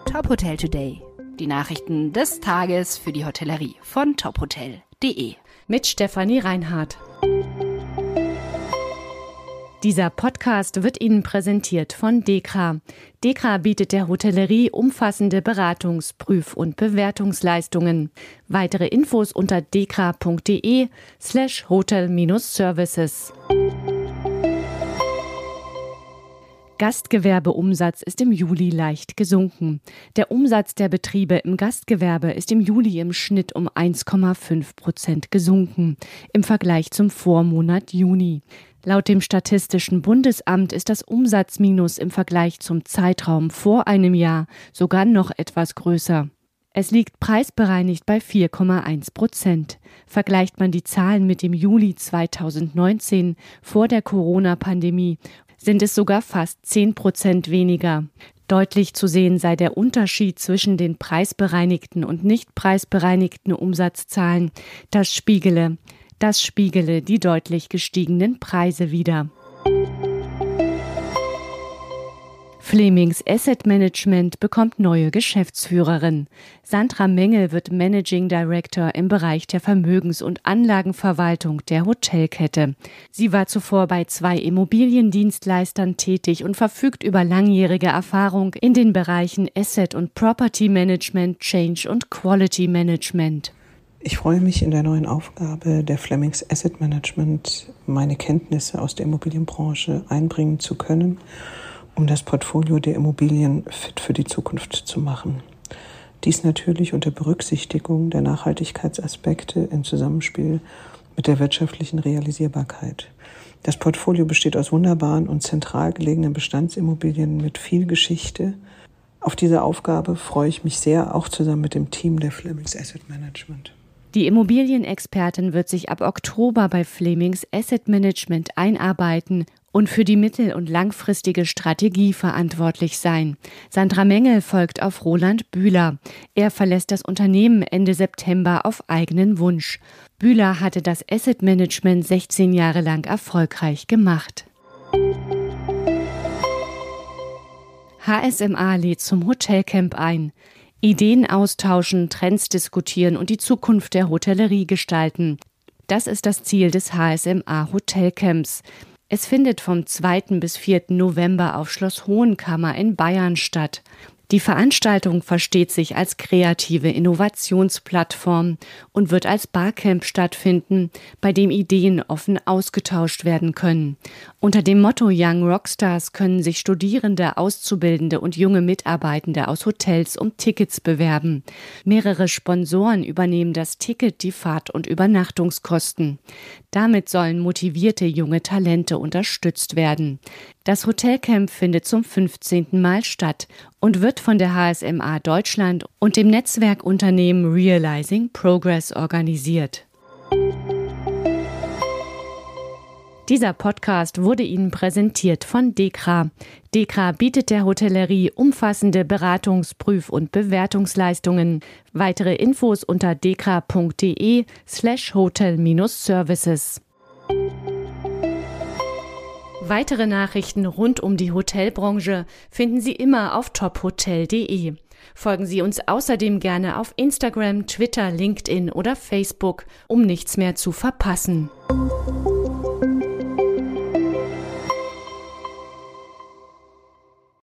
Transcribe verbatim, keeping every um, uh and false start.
Top Hotel Today. Die Nachrichten des Tages für die Hotellerie von top hotel punkt de. Mit Stefanie Reinhardt. Dieser Podcast wird Ihnen präsentiert von DEKRA. DEKRA bietet der Hotellerie umfassende Beratungs-, Prüf- und Bewertungsleistungen. Weitere Infos unter dekra punkt de slash hotel-services. Gastgewerbeumsatz ist im Juli leicht gesunken. Der Umsatz der Betriebe im Gastgewerbe ist im Juli im Schnitt um eins Komma fünf Prozent gesunken, im Vergleich zum Vormonat Juni. Laut dem Statistischen Bundesamt ist das Umsatzminus im Vergleich zum Zeitraum vor einem Jahr sogar noch etwas größer. Es liegt preisbereinigt bei vier Komma eins Prozent. Vergleicht man die Zahlen mit dem Juli zweitausendneunzehn vor der Corona-Pandemie, sind es sogar fast zehn Prozent weniger. Deutlich zu sehen sei der Unterschied zwischen den preisbereinigten und nicht preisbereinigten Umsatzzahlen. Das spiegele, das spiegele die deutlich gestiegenen Preise wider. Flemings Asset Management bekommt neue Geschäftsführerin. Sandra Mengel wird Managing Director im Bereich der Vermögens- und Anlagenverwaltung der Hotelkette. Sie war zuvor bei zwei Immobiliendienstleistern tätig und verfügt über langjährige Erfahrung in den Bereichen Asset und Property Management, Change und Quality Management. Ich freue mich, in der neuen Aufgabe der Flemings Asset Management meine Kenntnisse aus der Immobilienbranche einbringen zu können, um das Portfolio der Immobilien fit für die Zukunft zu machen. Dies natürlich unter Berücksichtigung der Nachhaltigkeitsaspekte im Zusammenspiel mit der wirtschaftlichen Realisierbarkeit. Das Portfolio besteht aus wunderbaren und zentral gelegenen Bestandsimmobilien mit viel Geschichte. Auf diese Aufgabe freue ich mich sehr, auch zusammen mit dem Team der Flemings Asset Management. Die Immobilienexpertin wird sich ab Oktober bei Flemings Asset Management einarbeiten und für die mittel- und langfristige Strategie verantwortlich sein. Sandra Mengel folgt auf Roland Bühler. Er verlässt das Unternehmen Ende September auf eigenen Wunsch. Bühler hatte das Asset Management sechzehn Jahre lang erfolgreich gemacht. H S M A lädt zum Hotelcamp ein. Ideen austauschen, Trends diskutieren und die Zukunft der Hotellerie gestalten. Das ist das Ziel des H S M A Hotelcamps. Es findet vom zweiten bis vierten November auf Schloss Hohenkammer in Bayern statt. Die Veranstaltung versteht sich als kreative Innovationsplattform und wird als Barcamp stattfinden, bei dem Ideen offen ausgetauscht werden können. Unter dem Motto Young Rockstars können sich Studierende, Auszubildende und junge Mitarbeitende aus Hotels um Tickets bewerben. Mehrere Sponsoren übernehmen das Ticket, die Fahrt- und Übernachtungskosten. Damit sollen motivierte junge Talente unterstützt werden. Das Hotelcamp findet zum fünfzehnten Mal statt und wird von der H S M A Deutschland und dem Netzwerkunternehmen Realizing Progress organisiert. Dieser Podcast wurde Ihnen präsentiert von DEKRA. DEKRA bietet der Hotellerie umfassende Beratungs-, Prüf- und Bewertungsleistungen. Weitere Infos unter dekra punkt de slash hotel-services. Weitere Nachrichten rund um die Hotelbranche finden Sie immer auf top hotel punkt de. Folgen Sie uns außerdem gerne auf Instagram, Twitter, LinkedIn oder Facebook, um nichts mehr zu verpassen.